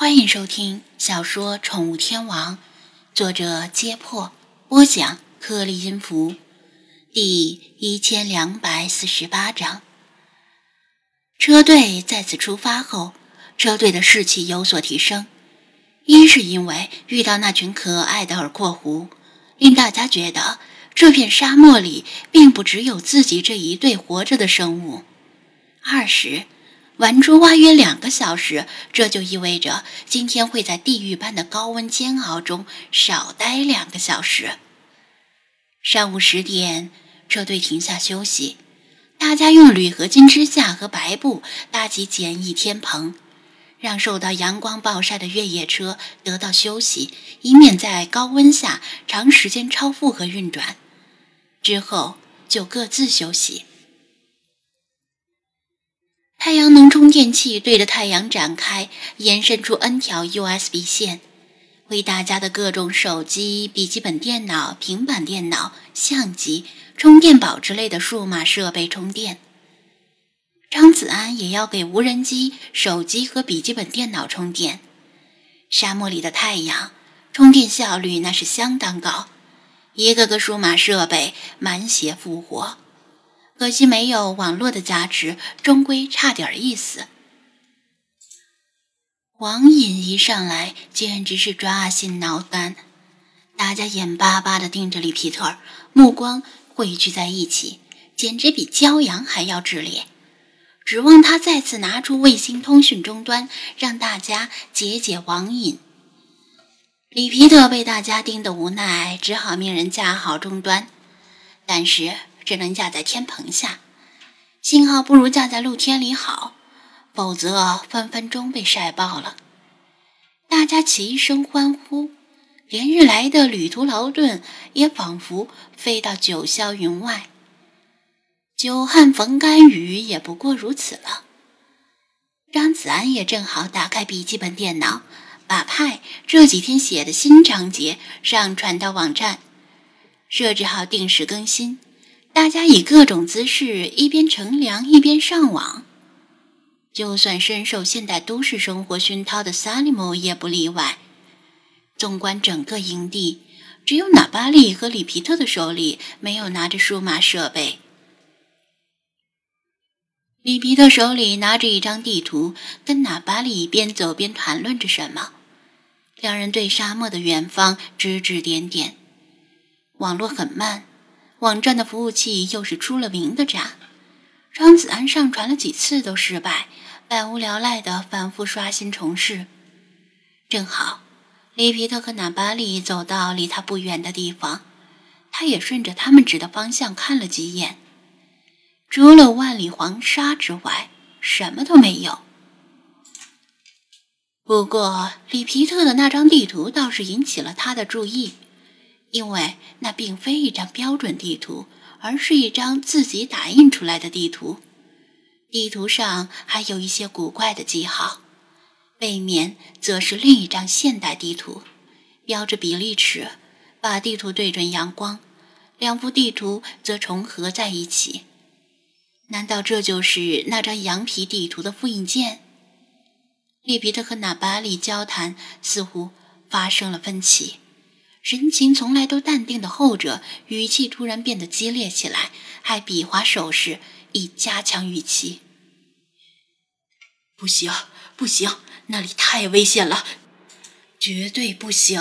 欢迎收听小说《宠物天王》，作者揭破，播讲颗粒音符，第1248章。车队再次出发后，车队的士气有所提升。一是因为遇到那群可爱的耳廓狐，令大家觉得这片沙漠里并不只有自己这一对活着的生物。二是玩捉蛙约2个小时，这就意味着今天会在地狱般的高温煎熬中少待2个小时。上午10点，车队停下休息，大家用铝合金支架和白布搭起简易天棚，让受到阳光暴晒的越野车得到休息，以免在高温下长时间超负荷运转。之后就各自休息。太阳能充电器对着太阳展开，延伸出 N 条 USB 线，为大家的各种手机、笔记本电脑、平板电脑、相机、充电宝之类的数码设备充电。张子安也要给无人机、手机和笔记本电脑充电。沙漠里的太阳，充电效率那是相当高，一个个数码设备满血复活。可惜没有网络的加持，终归差点意思。网瘾一上来，简直是抓心挠肝。大家眼巴巴地盯着里皮特，目光汇聚在一起，简直比骄阳还要炽烈，指望他再次拿出卫星通讯终端，让大家解解网瘾。里皮特被大家盯得无奈，只好命人架好终端，但是只能架在天棚下，幸好不如架在露天里好，否则分分钟被晒爆了。大家齐声欢呼，连日来的旅途劳顿也仿佛飞到九霄云外。久旱逢甘雨也不过如此了。张子安也正好打开笔记本电脑，把派这几天写的新章节上传到网站，设置好定时更新，大家以各种姿势一边乘凉一边上网。就算深受现代都市生活熏陶的萨利姆也不例外。纵观整个营地，只有纳巴利和里皮特的手里没有拿着数码设备。里皮特手里拿着一张地图，跟纳巴利边走边谈论着什么。两人对沙漠的远方指指点点。网络很慢，网站的服务器又是出了名的渣，张子安上传了几次都失败，百无聊赖地反复刷新重试。正好里皮特和纳巴利走到离他不远的地方，他也顺着他们指的方向看了几眼，除了万里黄沙之外什么都没有。不过里皮特的那张地图倒是引起了他的注意，因为那并非一张标准地图，而是一张自己打印出来的地图。地图上还有一些古怪的记号，背面则是另一张现代地图，标着比例尺，把地图对准阳光，两幅地图则重合在一起。难道这就是那张羊皮地图的复印件？里皮特和纳巴利交谈似乎发生了分歧，神情从来都淡定的后者语气突然变得激烈起来，还比划手势以加强语气。不行，不行，那里太危险了，绝对不行。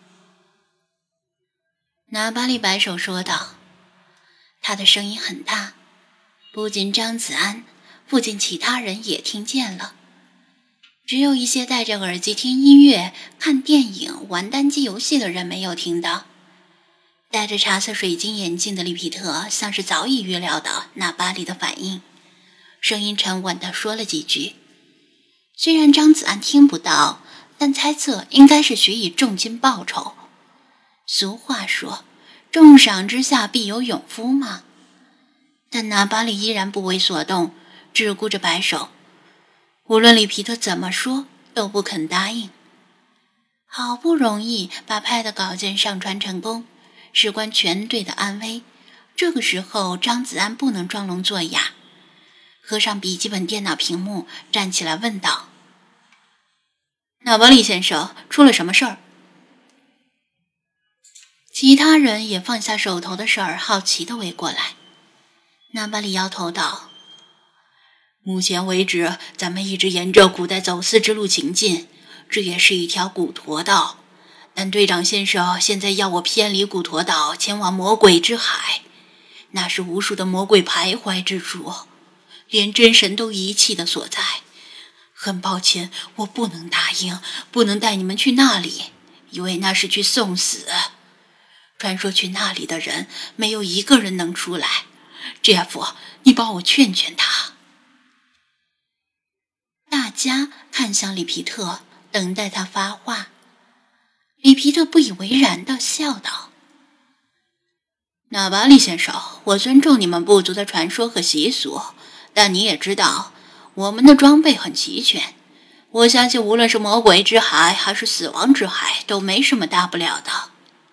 纳巴利摆手说道，他的声音很大，不仅张子安，附近其他人也听见了。只有一些戴着耳机听音乐、看电影、玩单机游戏的人没有听到。戴着茶色水晶眼镜的里皮特像是早已预料到纳巴利的反应，声音沉稳地说了几句。虽然张子安听不到，但猜测应该是许以重金报酬。俗话说，重赏之下必有勇夫嘛。但纳巴利依然不为所动，只顾着摆手。无论里皮特怎么说，都不肯答应。好不容易把派的稿件上传成功，事关全队的安危，这个时候张子安不能装聋作哑，合上笔记本电脑屏幕，站起来问道： 那巴利先生，出了什么事儿？其他人也放下手头的事儿，好奇地围过来。那巴里摇头道：目前为止，咱们一直沿着古代走私之路行进，这也是一条古陀道。但队长先生现在要我偏离古陀道，前往魔鬼之海，那是无数的魔鬼徘徊之处，连真神都遗弃的所在。很抱歉，我不能答应，不能带你们去那里，因为那是去送死。传说去那里的人，没有一个人能出来。Jeff，你帮我劝劝他。大家看向里皮特，等待他发话。里皮特不以为然地笑道：那巴利先生，我尊重你们部族的传说和习俗，但你也知道，我们的装备很齐全。我相信无论是魔鬼之海还是死亡之海，都没什么大不了的。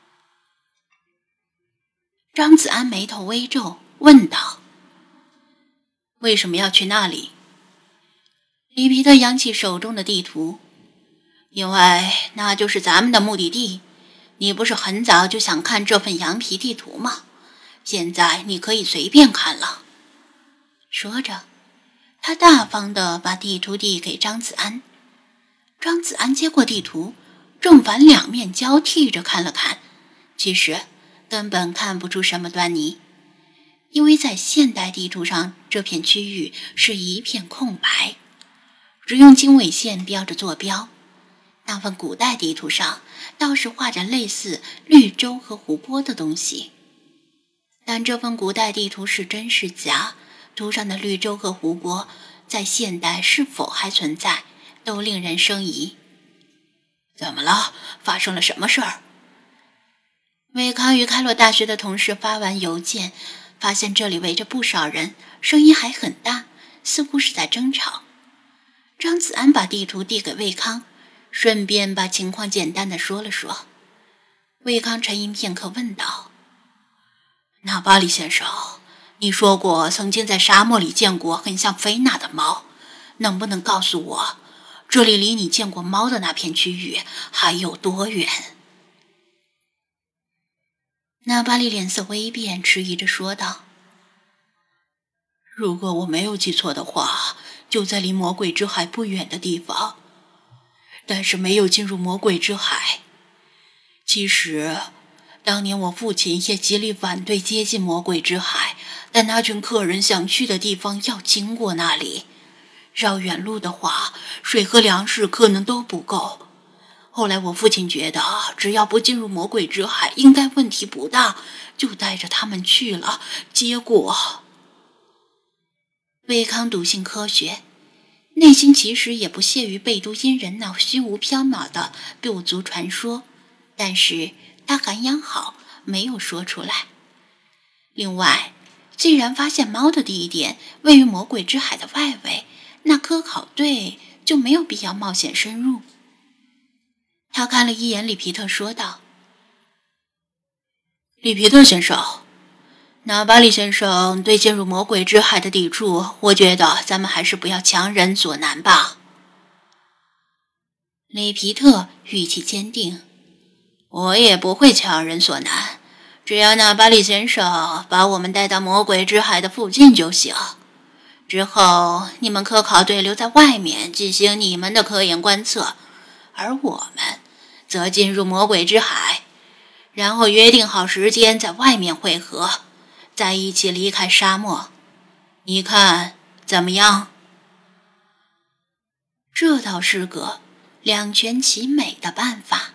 张子安眉头微皱，问道：为什么要去那里？里皮特扬起手中的地图：因为那就是咱们的目的地。你不是很早就想看这份羊皮地图吗？现在你可以随便看了。说着，他大方地把地图递给张子安。张子安接过地图，正反两面交替着看了看，其实根本看不出什么端倪，因为在现代地图上，这片区域是一片空白，只用经纬线标着坐标。那份古代地图上倒是画着类似绿洲和湖泊的东西，但这份古代地图是真是假，图上的绿洲和湖泊在现代是否还存在，都令人生疑。怎么了？发生了什么事儿？韦康与开罗大学的同事发完邮件，发现这里围着不少人，声音还很大，似乎是在争吵。张子安把地图递给魏康，顺便把情况简单的说了说。魏康沉吟片刻，问道：那巴里先生，你说过曾经在沙漠里见过很像菲娜的猫，能不能告诉我，这里离你见过猫的那片区域还有多远？那巴里脸色微变，迟疑着说道：如果我没有记错的话，就在离魔鬼之海不远的地方，但是没有进入魔鬼之海。其实当年我父亲也极力反对接近魔鬼之海，但那群客人想去的地方要经过那里，绕远路的话，水和粮食可能都不够。后来我父亲觉得只要不进入魔鬼之海，应该问题不大，就带着他们去了。结果……魏康笃信科学，内心其实也不屑于被读因人脑虚无缥缈的部族传说，但是他涵养好，没有说出来。另外，既然发现猫的地点位于魔鬼之海的外围，那科考队就没有必要冒险深入。他看了一眼里皮特，说道：里皮特先生，那巴里先生对进入魔鬼之海的抵触，我觉得咱们还是不要强人所难吧。里皮特语气坚定：我也不会强人所难，只要那巴里先生把我们带到魔鬼之海的附近就行。之后你们科考队留在外面进行你们的科研观测，而我们则进入魔鬼之海，然后约定好时间在外面会合，再一起离开沙漠。你看怎么样？这倒是个两全其美的办法。